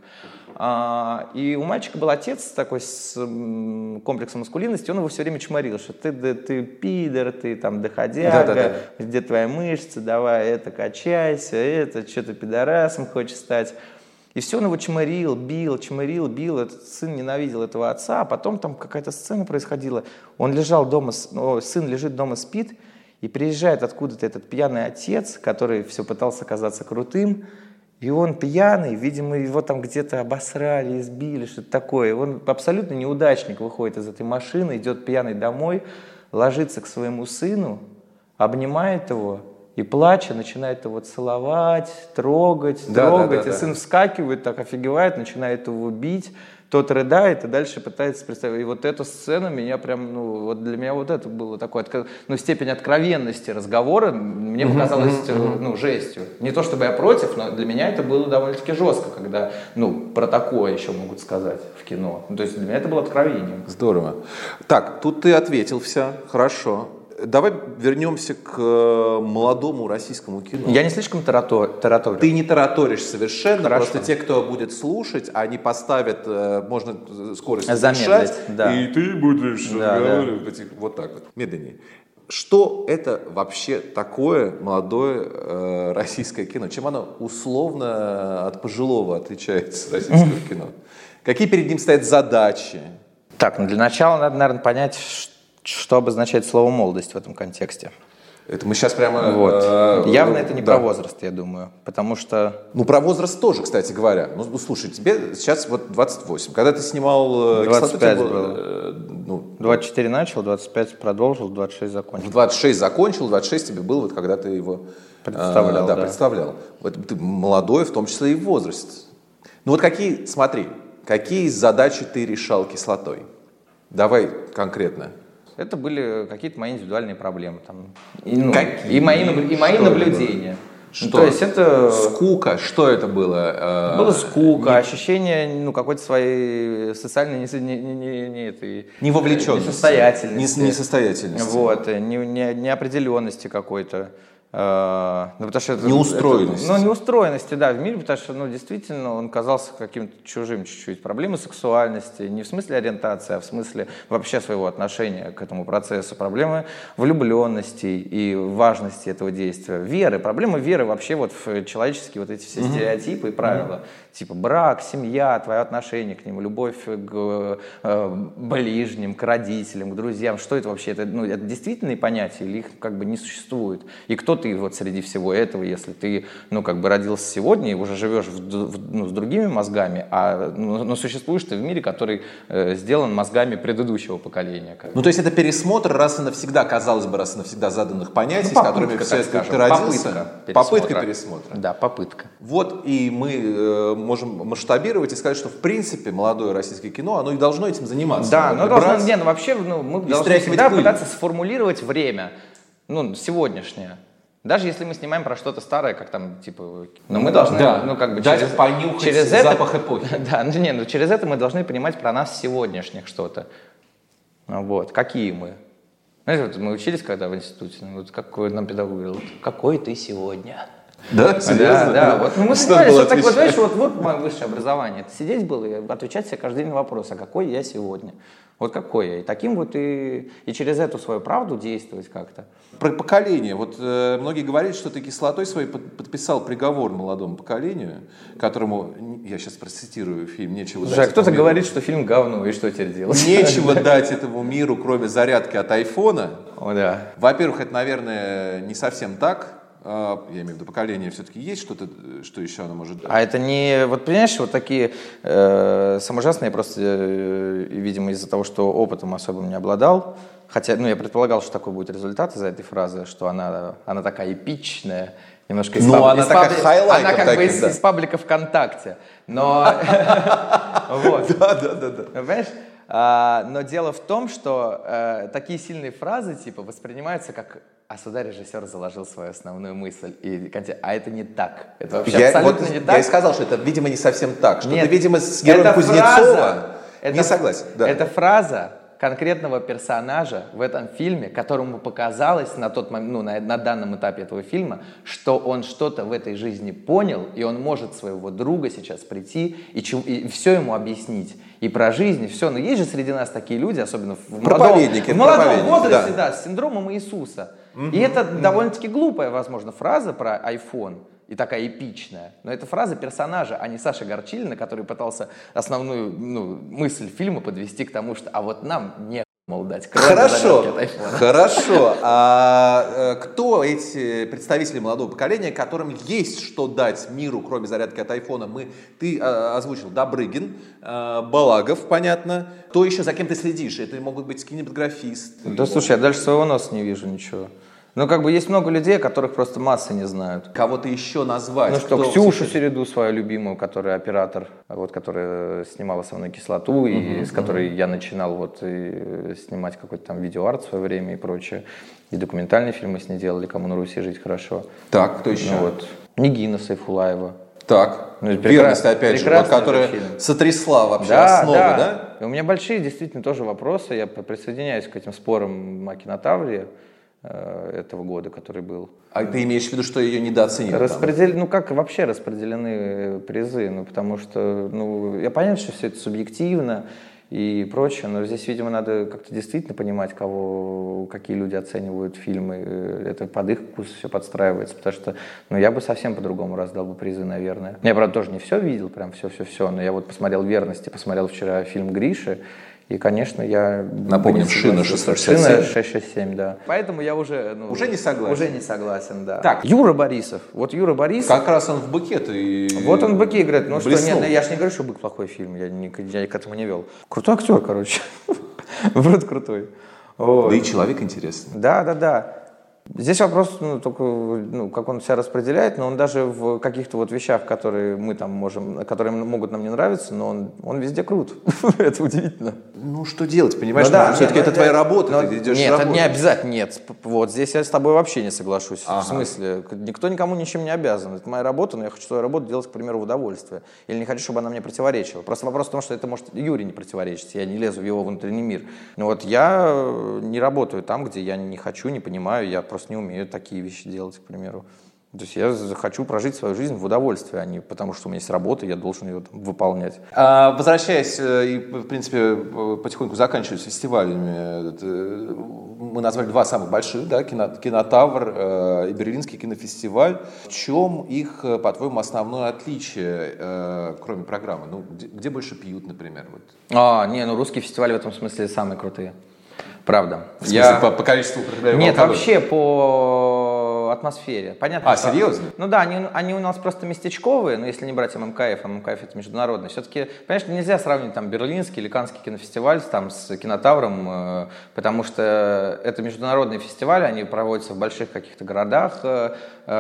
А, и у мальчика был отец такой с комплексом маскулинности, он его все время чморил, что ты, да, ты пидор, ты там доходяга, да, да, да. где твои мышцы, давай это качайся, это что-то пидорасом хочешь стать. И все он его чморил, бил, чморил, бил. Этот сын ненавидел этого отца. А потом там какая-то сцена происходила. Он лежал дома, о, сын лежит дома, спит, и приезжает откуда-то этот пьяный отец, который все пытался казаться крутым. И он пьяный, видимо, его там где-то обосрали, избили, что-то такое. Он абсолютно неудачник, выходит из этой машины, идет пьяный домой, ложится к своему сыну, обнимает его. И плача начинает его целовать, трогать, да, трогать. Да, да, и да. сын вскакивает, так офигевает, начинает его бить. Тот рыдает и дальше пытается представить. И вот эта сцена меня прям, ну, вот для меня вот это было такое, ну, степень откровенности разговора мне показалась, mm-hmm. ну, жестью. Не то чтобы я против, но для меня это было довольно-таки жестко, когда, ну, про такое еще могут сказать в кино. Ну, то есть для меня это было откровением. Здорово. Так, тут ты ответил все, хорошо. Давай вернемся к молодому российскому кино. Я не слишком тараторю. Ты не тараторишь совершенно, Хорошо. Просто те, кто будет слушать, они поставят, можно скорость замедлить, да. и ты будешь да, разговаривать да. вот так вот, медленнее. Что это вообще такое молодое э, российское кино? Чем оно условно от пожилого отличается от российского кино? Какие перед ним стоят задачи? Так, ну для начала надо, наверное, понять, что Что обозначает слово «молодость» в этом контексте? Это мы сейчас прямо... Вот. Э, Явно это не да. про возраст, я думаю, потому что... Ну, про возраст тоже, кстати говоря. Ну, слушай, тебе сейчас вот двадцать восемь. Когда ты снимал двадцать пять кислоту, было. Э, ну, двадцать четыре начал, двадцать пять продолжил, двадцать шесть закончил. В двадцать шесть закончил, двадцать шесть тебе был, вот когда ты его... Представлял, э, да, да. представлял. Вот ты молодой, в том числе и в возрасте. Ну, вот какие, смотри, какие задачи ты решал кислотой? Давай конкретно. Это были какие-то мои индивидуальные проблемы. Там, и, ну, Какие? и мои, и мои Что наблюдения. Что? Ну, то есть это... Скука, что это было? Было скука, не... ощущение ну, какой-то своей социальной не, не, не, не, этой, невовлеченности, несостоятельности. Несостоятельности. Вот, не, не, неопределенности какой-то. Ну, потому что это, неустроенности. Это, ну, неустроенности, да, в мире, потому что, ну, действительно, он казался каким-то чужим чуть-чуть. Проблемы сексуальности, не в смысле ориентации, а в смысле вообще своего отношения к этому процессу. Проблемы влюбленности и важности этого действия. Веры, проблемы веры вообще вот в человеческие вот эти все mm-hmm. стереотипы и правила. Mm-hmm. Типа брак, семья, твое отношение к нему, любовь к э, ближним, к родителям, к друзьям. Что это вообще? Это, ну, это действительные понятия или их как бы не существует? И кто ты вот среди всего этого, если ты, ну, как бы родился сегодня и уже живешь в, в, ну, с другими мозгами, а ну, но существуешь ты в мире, который э, сделан мозгами предыдущего поколения. Как бы. Ну, то есть это пересмотр раз и навсегда, казалось бы, раз и навсегда заданных понятий, ну, попытка, с которыми все скажем, ты родился. Попытка пересмотра. Попытка пересмотра. Да, попытка. Вот, и мы э, можем масштабировать и сказать, что в принципе молодое российское кино, оно и должно этим заниматься. Да, но брать, должно, не, ну, вообще ну, мы должны всегда пыль. пытаться сформулировать время, ну, сегодняшнее. Даже если мы снимаем про что-то старое, как там, типа, но мы должны, да, ну, как бы, дать через, понюхать через запах это, эпохи. Да, ну, не, ну, через это мы должны понимать про нас сегодняшних что-то. Вот, какие мы. Знаете, вот мы учились когда в институте, вот какой нам педагог говорил, какой ты сегодня. Да, серьезно? Да, да. Вот, ну, мы что понимали, было что так вот, отвечать? знаешь, вот, вот мое высшее образование. Это сидеть было и отвечать себе каждый день на вопрос, а какой я сегодня? Вот какой я. И таким вот и, и через эту свою правду действовать как-то. Про поколение. Вот э, многие говорят, что ты кислотой своей под, подписал приговор молодому поколению, которому, я сейчас процитирую фильм, нечего Слушай, дать. а кто-то миру. говорит, что фильм говно, и что теперь делать? Нечего дать этому миру, кроме зарядки от айфона. О, да. Во-первых, это, наверное, не совсем так. Я имею в виду, поколение все-таки есть что-то, что еще оно может дать? А это не, вот понимаешь, вот такие э, самоужасные, просто, э, видимо, из-за того, что опытом особым не обладал, хотя, ну, я предполагал, что такой будет результат из-за этой фразы, что она, она такая эпичная, немножко из, ну, паб... она из, такая пабли... хайлайтом она как таким, бы из, да. из паблика ВКонтакте, но, вот, Да, да, да, да. понимаешь? А, но дело в том, что э, такие сильные фразы типа воспринимаются как «а сюда режиссер заложил свою основную мысль». И, а это не так. Это вообще Я, абсолютно вот, не так. Я и сказал, что это, видимо, не совсем так. Что Нет, ты, видимо, с героем эта Кузнецова фраза, не это, согласен. Да. Это фраза, конкретного персонажа в этом фильме, которому показалось на тот момент, ну, на, на данном этапе этого фильма, что он что-то в этой жизни понял, и он может своего друга сейчас прийти и, чем, и все ему объяснить. И про жизнь, и все. Но есть же среди нас такие люди, особенно в молодом, в молодом возрасте, да. Да, с синдромом Иисуса. Угу, и это угу. довольно-таки глупая, возможно, фраза про iPhone. И такая эпичная. Но это фраза персонажа, а не Саши Горчилина, который пытался основную ну, мысль фильма подвести к тому, что «а вот нам не мол дать». Хорошо, хорошо. А э, кто эти представители молодого поколения, которым есть что дать миру, кроме зарядки от айфона? Мы, ты э, озвучил Добрыгин, э, Балагов, понятно. Кто еще, за кем ты следишь? Это могут быть кинематографисты. Да слушай, я дальше своего носа не вижу ничего. Ну, как бы есть много людей, которых просто массы не знают. Кого-то еще назвать? Ну что, кто? Ксюшу Середу, свою любимую, которая оператор, вот, которая снимала со мной «Кислоту», и uh-huh, с которой uh-huh. я начинал вот, и снимать какой-то там видеоарт в свое время и прочее. И документальные фильмы с ней делали «Кому на Руси жить хорошо». Так, кто еще? Ну, вот. Нигина Сайфулаева. Так, ну, верность, опять же, вот, которая сотрясла вообще да, основы, да? да? И у меня большие действительно тоже вопросы, я присоединяюсь к этим спорам о «Кинотавре» этого года, который был. А ты имеешь в виду, что ее недооценили? Распредел... Ну, как вообще распределены призы? Ну, потому что, ну, я понимаю, что все это субъективно и прочее, но здесь, видимо, надо как-то действительно понимать, кого, какие люди оценивают фильмы. Это под их вкус все подстраивается, потому что, ну, я бы совсем по-другому раздал бы призы, наверное. Я, правда, тоже не все видел, прям все-все-все, но я вот посмотрел «Верность» и посмотрел вчера фильм «Гриши», и, конечно, я... Напомним, «Шина» шестьсот шестьдесят семь. «Шина» шестьсот шестьдесят семь, да. Поэтому я уже... Ну, уже не согласен. Уже не согласен, да. Так. Юра Борисов. Вот Юра Борисов... Как раз он в «Быке»-то и... Вот он в «Быке» играет. Ну блеснул. Что, нет, я же не говорю, что «Бык» плохой фильм. Я, не, я к этому не вел. Крутой актер, короче. Вроде крутой. Да и человек интересный. Да, да, да. Здесь вопрос, ну, только, ну, как он себя распределяет, но он даже в каких-то вот вещах, которые мы там можем, которые могут нам не нравиться, но он, он везде крут. Это удивительно. Ну, что делать, понимаешь? Ну, да, все-таки нет, это да, твоя работа, но, ты идешь Нет, работать. это не обязательно, нет. Вот здесь я с тобой вообще не соглашусь. Ага. В смысле, никто никому ничем не обязан. Это моя работа, но я хочу свою работу делать, к примеру, в удовольствие. Или не хочу, чтобы она мне противоречила. Просто вопрос в том, что это может Юре не противоречить, я не лезу в его внутренний мир. Но вот я не работаю там, где я не хочу, не понимаю, я просто не умею такие вещи делать, к примеру. То есть я хочу прожить свою жизнь в удовольствии, а не потому, что у меня есть работа, я должен ее там выполнять. А, возвращаясь, и, в принципе, потихоньку заканчивать фестивалями, мы назвали два самых больших, да, «Кинотавр» и Берлинский кинофестиваль. В чем их, по-твоему, основное отличие, кроме программы? Ну, где, где больше пьют, например? Вот. А, не, ну русские фестивали в этом смысле самые крутые. Правда. В смысле, я... по, по количеству употребляемого Нет, алкоголя? вообще по атмосфере. Понятно, а, что... серьезно? Ну да, они, они у нас просто местечковые, но если не брать ММКФ, ММКФ это международный. Все-таки, понимаешь, нельзя сравнить там Берлинский или Каннский кинофестиваль там, с Кинотавром, э, потому что это международные фестивали, они проводятся в больших каких-то городах, э,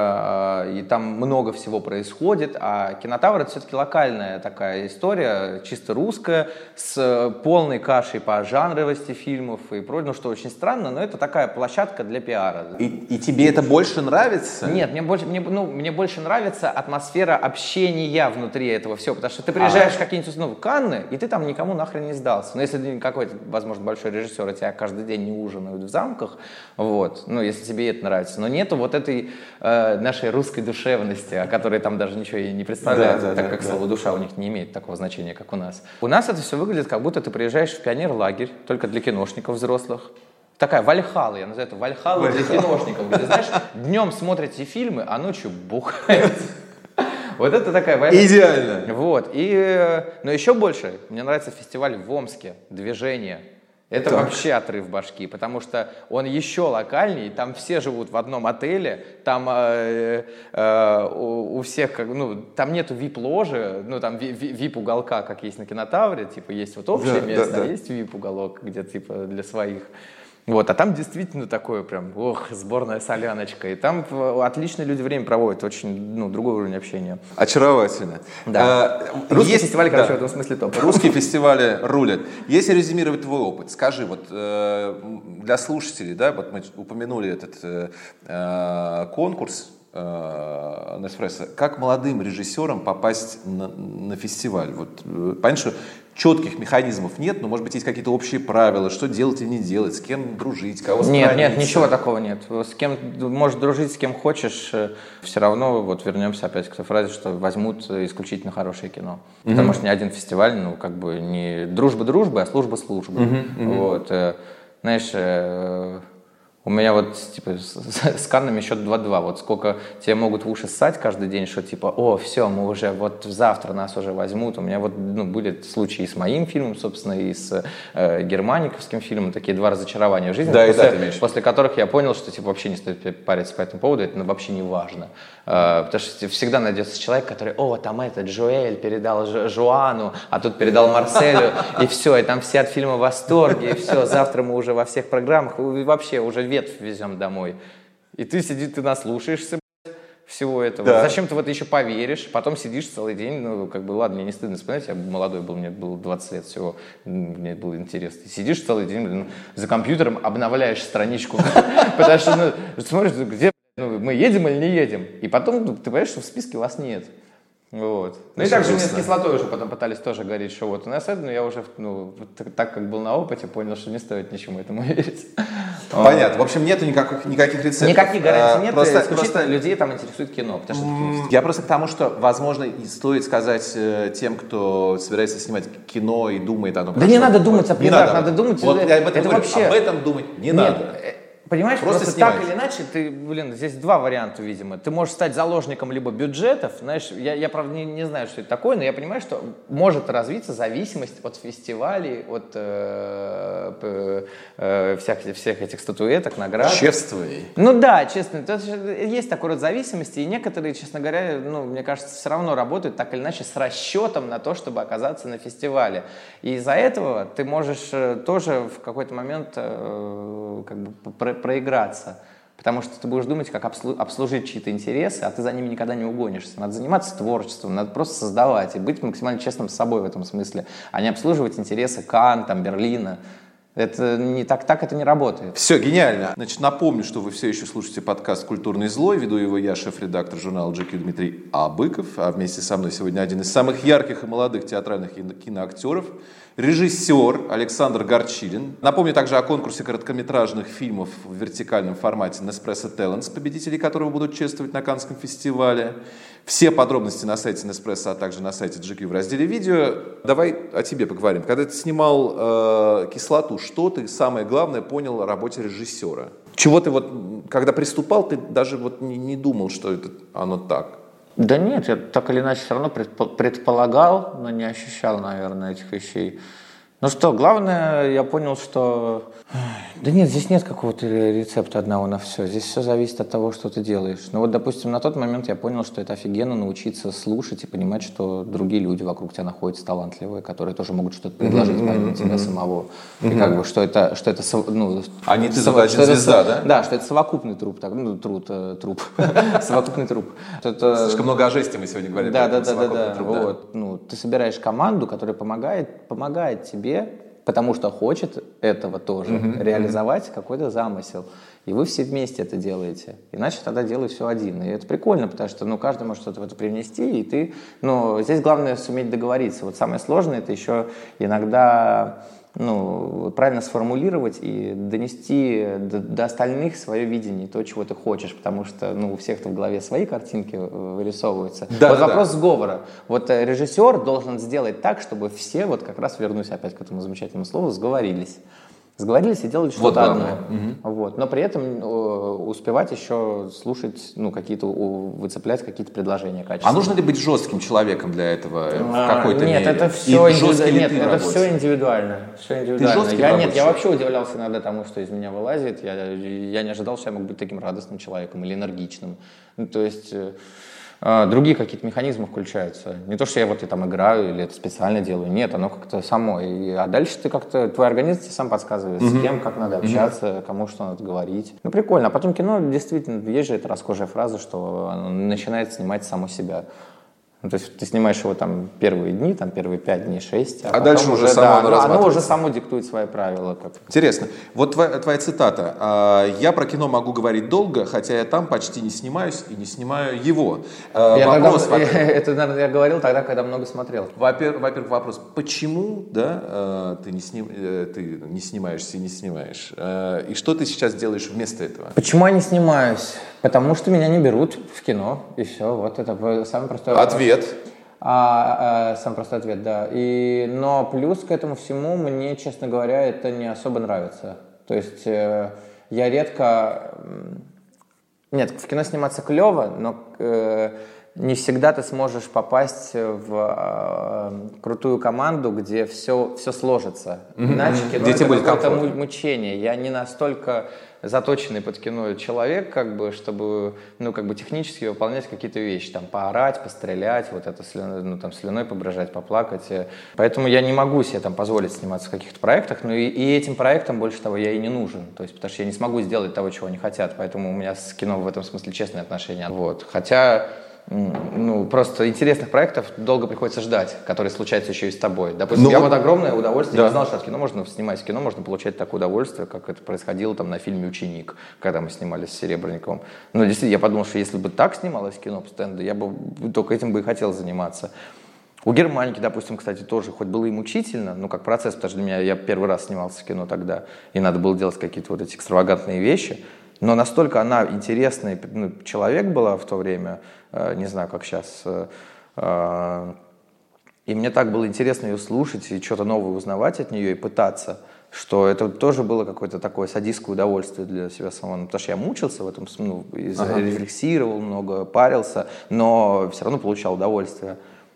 э, и там много всего происходит, а Кинотавр это все-таки локальная такая история, чисто русская, с полной кашей по жанровости фильмов и прочее, ну что очень странно, но это такая площадка для пиара. И, и тебе это больше нравится? Нет, мне больше, мне, ну, мне больше нравится атмосфера общения внутри этого всего, потому что ты приезжаешь а. в какие-нибудь ну, в Канны, и ты там никому нахрен не сдался. Но если ты какой-то, возможно, большой режиссер, и тебя каждый день не ужинают в замках, вот, ну, если тебе это нравится, но нету вот этой э, нашей русской душевности, о которой там даже ничего и не представляют, да, да, так да, как да. слово душа у них не имеет такого значения, как у нас. У нас это все выглядит, как будто ты приезжаешь в пионер-лагерь, только для киношников взрослых. Такая вальхалла, я называю это вальхалла для киношников, где, знаешь, днем смотрите фильмы, а ночью бухаете. Вот это такая вальхалла. Идеально. Вот. И, но еще больше мне нравится фестиваль в Омске «Движение». Это так. Вообще отрыв башки, потому что он еще локальней, там все живут в одном отеле, там э, э, у, у всех, как, ну, там нету вип-ложи, ну, там вип-уголка, как есть на Кинотавре, типа, есть вот общее да, место, да, да. а есть вип-уголок, где, типа, для своих. Вот, а там действительно такое прям, ох, сборная соляночка. И там отличные люди время проводят, очень, ну, другой уровень общения. Очаровательно. Да. А, Русские есть, фестивали, короче, да. в этом смысле топ. Русские фестивали рулят. Если резюмировать твой опыт, скажи, вот э, для слушателей, да, вот мы упомянули этот э, конкурс э, Неспрессо, как молодым режиссерам попасть на, на фестиваль? Вот, понятно, что четких механизмов нет, но, может быть, есть какие-то общие правила, что делать и не делать, с кем дружить, кого Нет, сторониться. нет, ничего такого нет. С кем можешь дружить, с кем хочешь, все равно вот вернемся опять к той фразе, что возьмут исключительно хорошее кино. Mm-hmm. Потому что ни один фестиваль, ну, как бы не дружба дружбы, а служба службы. Mm-hmm. Mm-hmm. Вот, знаешь, у меня вот типа с, с Каннами счет два-два. Вот сколько тебе могут в уши ссать каждый день, что типа, о, все, мы уже вот завтра нас уже возьмут. У меня вот ну, были случаи и с моим фильмом, собственно, и с э, германиковским фильмом, такие два разочарования в жизни, да, после, да, после которых я понял, что типа вообще не стоит париться по этому поводу, это ну, вообще не важно. Э, потому что всегда найдется человек, который, о, там этот Жуэль передал Ж, Жуану, а тут передал Марселю, и все, и там все от фильма в восторге, и все, завтра мы уже во всех программах, и вообще уже ветвь везем домой. И ты сидишь, ты наслушаешься всего этого. Да. Зачем ты в это еще поверишь? Потом сидишь целый день, ну, как бы, ладно, мне не стыдно вспоминать, я молодой был, мне было двадцать лет всего, мне было интересно. Сидишь целый день, блин, за компьютером, обновляешь страничку, потому что, ну, смотришь, где мы едем или не едем? И потом ты понимаешь, что в списке вас нет. Вот. Ну и также мне с кислотой уже потом пытались тоже говорить, что вот у нас это, но я уже, ну, так, так как был на опыте, понял, что не стоит ничему этому верить. Понятно. В общем, нету никаких, никаких рецептов. Никаких гарантий нет, просто, исключительно просто... людей там интересует кино. Потому что... Я просто к тому, что, возможно, и стоит сказать э, тем, кто собирается снимать кино и думает о том, да не надо думать о предах, надо. надо думать... Вот я об этом это говорю, вообще... об этом думать не нет. надо. Понимаешь, просто, просто так или иначе, ты, блин, здесь два варианта, видимо. Ты можешь стать заложником либо бюджетов, знаешь, я, я правда, не, не знаю, что это такое, но я понимаю, что может развиться зависимость от фестивалей, от э, э, всех, всех этих статуэток, наград. Чествований. Ну да, честно, есть такой род зависимости, и некоторые, честно говоря, ну, мне кажется, все равно работают так или иначе с расчетом на то, чтобы оказаться на фестивале. И из-за этого ты можешь тоже в какой-то момент э, как бы проиграться, потому что ты будешь думать, как обслужить чьи-то интересы, а ты за ними никогда не угонишься. Надо заниматься творчеством, надо просто создавать и быть максимально честным с собой в этом смысле, а не обслуживать интересы Канн, там, Берлина. Это не так, так это не работает. Все, гениально. Значит, напомню, что вы все еще слушаете подкаст «Культурный злой». Веду его я, шеф-редактор журнала джи кью Дмитрий Абыков. А вместе со мной сегодня один из самых ярких и молодых театральных кино- киноактеров, режиссер Александр Горчилин. Напомню также о конкурсе короткометражных фильмов в вертикальном формате Nespresso Talents, победители которого будут чествовать на Каннском фестивале. Все подробности на сайте Nespresso, а также на сайте джи кью в разделе «Видео». Давай о тебе поговорим. Когда ты снимал э, «Кислоту», что ты, самое главное, понял о работе режиссера? Чего ты вот, когда приступал, ты даже вот не, не думал, что это оно так? Да нет, я так или иначе все равно предполагал, но не ощущал, наверное, этих вещей. Ну что, главное, я понял, что... Да нет, здесь нет какого-то рецепта одного на все. Здесь все зависит от того, что ты делаешь. Ну вот, допустим, на тот момент я понял, что это офигенно научиться слушать и понимать, что другие люди вокруг тебя находятся талантливые, которые тоже могут что-то предложить mm-hmm, помимо mm-hmm. тебя самого. Mm-hmm. И как бы, что это... Что это ну, а не ты сов... задача звезда, это, да? Да, что это совокупный труд. Так, ну, труд, э, труп. Совокупный труп. Слишком много о жесте мы сегодня говорили. Да, да, да, да. Вот. Ну, ты собираешь команду, которая помогает, помогает тебе, потому что хочет этого тоже, mm-hmm. реализовать mm-hmm. какой-то замысел. И вы все вместе это делаете. Иначе тогда делай все один. И это прикольно, потому что ну, каждый может что-то в это привнести, и ты... Ну, здесь главное суметь договориться. Вот самое сложное — это еще иногда... ну, правильно сформулировать и донести до, до остальных свое видение, то, чего ты хочешь, потому что ну, у всех-то в голове свои картинки вырисовываются. Да, вот да, вопрос да. сговора. Вот режиссер должен сделать так, чтобы все, вот как раз вернусь опять к этому замечательному слову, сговорились. Сговорились и делали что-то вот одно. Угу. Вот. Но при этом э, успевать еще слушать, ну, какие-то, у, выцеплять какие-то предложения качественные. А нужно ли быть жестким человеком для этого в какой-то нет, мере? Это все индивиду... Нет, это все индивидуально. Все индивидуально. Ты жесткий я, нет, я вообще удивлялся иногда тому, что из меня вылазит. Я, я не ожидал, что я мог быть таким радостным человеком или энергичным. Ну, то есть... Другие какие-то механизмы включаются. Не то, что я вот и там играю или это специально делаю. Нет, оно как-то само. И, а дальше ты как-то, твой организм тебе сам подсказывает, mm-hmm. с кем, как надо общаться, mm-hmm. кому что надо говорить. Ну, прикольно. А потом кино, действительно, есть же эта расхожая фраза, что оно начинает снимать само себя. Ну, то есть ты снимаешь его там первые дни, там первые пять дней, шесть. А, а дальше уже само да, оно оно, разматывается. оно уже само диктует свои правила. Как... Интересно. Вот твоя, твоя цитата. «Я про кино могу говорить долго, хотя я там почти не снимаюсь и не снимаю его». Я Вопрос, тогда, это, наверное, я говорил тогда, когда много смотрел. Во-первых, во-первых, вопрос, почему да, ты, не сним, ты не снимаешься и не снимаешь? И что ты сейчас делаешь вместо этого? Почему я не снимаюсь? Потому что меня не берут в кино, и все. Вот это самый простой вопрос. Ответ. А, а, самый простой ответ, да. И, но плюс к этому всему мне, честно говоря, это не особо нравится. То есть э, я редко... Нет, в кино сниматься клево, но э, не всегда ты сможешь попасть в э, крутую команду, где все, все сложится. Mm-hmm. Иначе кино где это будет какое-то комфортно. мучение. Я не настолько заточенный под кино человек, как бы, чтобы, ну, как бы технически выполнять какие-то вещи, там, поорать, пострелять, вот это слюной, ну, там, слюной побрызжать, поплакать. Поэтому я не могу себе там позволить сниматься в каких-то проектах, но и, и этим проектам, больше того, я и не нужен, то есть, потому что я не смогу сделать того, чего они хотят, поэтому у меня с кино в этом смысле честные отношения. Вот. Хотя ну, просто интересных проектов долго приходится ждать, которые случаются еще и с тобой. Допустим, ну, я вот огромное удовольствие, да. Я не знал, что от кино можно, снимаясь в кино, можно получать такое удовольствие, как это происходило там на фильме «Ученик», когда мы снимались с Серебренниковым. Ну, действительно, я подумал, что если бы так снималось кино постоянно, я бы только этим бы и хотел заниматься. У Германики, допустим, кстати, тоже, хоть было и мучительно, ну, как процесс, потому что для меня, я первый раз снимался в кино тогда, и надо было делать какие-то вот эти экстравагантные вещи, но настолько она интересный ну, человек была в то время, э, не знаю, как сейчас, э, э, и мне так было интересно ее слушать и что-то новое узнавать от нее и пытаться, что это тоже было какое-то такое садистское удовольствие для себя самого, ну, потому что я мучился в этом, ну, ага. рефлексировал много, парился, но все равно получал удовольствие.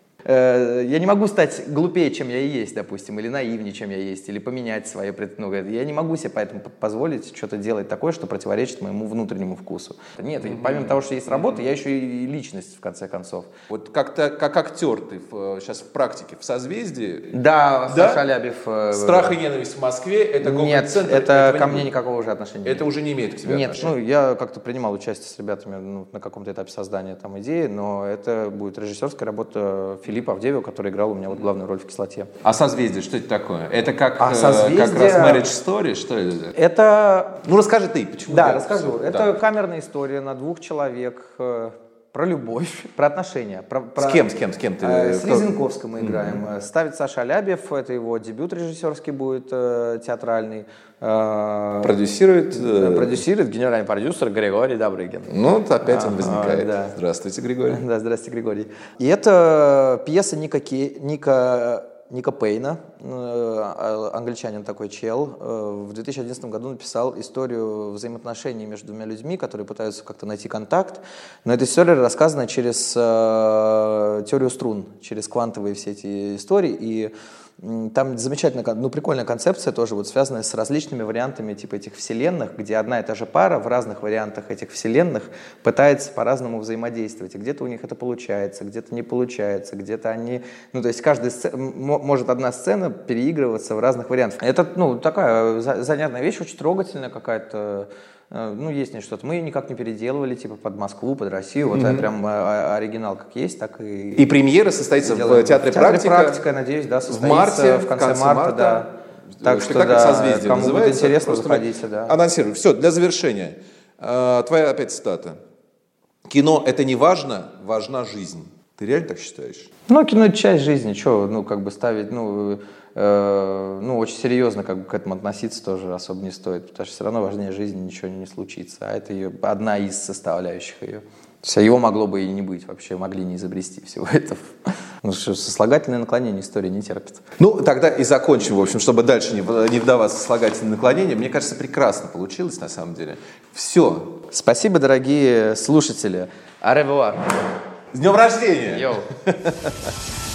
Я не могу стать глупее, чем я и есть, допустим, или наивнее, чем я есть, или поменять свое... Ну, я не могу себе поэтому позволить что-то делать такое, что противоречит моему внутреннему вкусу. Нет, mm-hmm. помимо того, что есть работа, я еще и личность, в конце концов. Вот как-то, как актер ты в, сейчас в практике, в «Созвездии»? Да, да? Саша Алябьев. «Страх и ненависть в Москве» — это Гоголь-центр? Нет, это ко мне никакого уже отношения. Это уже не имеет к тебе Нет, отношения? Нет, ну, я как-то принимал участие с ребятами ну, на каком-то этапе создания там идеи, но это будет режиссерская работа Филиппа Авдеева, который играл у меня вот главную роль в «Кислоте». А «Созвездие» что это такое? Это как, а э, созвездие... как раз Marriage Story? Что это? Это... Ну, расскажи ты, почему? Да, я расскажу. Все, это да. камерная история на двух человек э, про любовь, про отношения. Про, про... С кем, с кем, с кем ты? Э, с Лизенковским мы играем. Mm-hmm. Ставит Саша Алябьев, это его дебют режиссерский будет, э, театральный. Э, продюсирует? Э... Продюсирует генеральный продюсер Григорий Добрыгин. Ну, опять он возникает. А, да. Здравствуйте, Григорий. Да, здравствуйте, Григорий. И это пьеса Ника, Ке... Ника... Ника Пейна, англичанин такой чел, в две тысячи одиннадцатом году написал историю взаимоотношений между двумя людьми, которые пытаются как-то найти контакт. Но эта история рассказана через э, теорию струн, через квантовые все эти истории. И там замечательная, ну, прикольная концепция тоже, вот, связанная с различными вариантами типа этих вселенных, где одна и та же пара в разных вариантах этих вселенных пытается по-разному взаимодействовать. И где-то у них это получается, где-то не получается, где-то они... Ну, то есть каждая сцена, может одна сцена переигрываться в разных вариантах. Это, ну, такая занятная вещь, очень трогательная какая-то. Ну, есть не что-то. Мы ее никак не переделывали, типа, под Москву, под Россию. Вот mm-hmm. прям оригинал как есть, так и... И премьера состоится в Театре, в театре «Практика». «Практика», надеюсь, да, состоится в марте, в конце, в конце марта, марта. Да. Так что, как да, «Созвездие» кому называется. будет интересно, Просто заходите, да. Анонсирую. Все, для завершения. Твоя опять цитата. «Кино — это не важно, важна жизнь». Ты реально так считаешь? Ну, кино — это часть жизни. Что, ну, как бы ставить, ну... ну, очень серьезно как бы к этому относиться тоже особо не стоит, потому что все равно важнее жизни ничего не случится, а это ее, одна из составляющих ее. То есть его могло бы и не быть вообще, могли не изобрести всего этого. Ну что, сослагательное наклонение история не терпит. Ну, тогда и закончим, в общем, чтобы дальше не, не вдаваться в сослагательное наклонение. Мне кажется, прекрасно получилось на самом деле. Все. Спасибо, дорогие слушатели. Au revoir. С днем рождения! Йоу.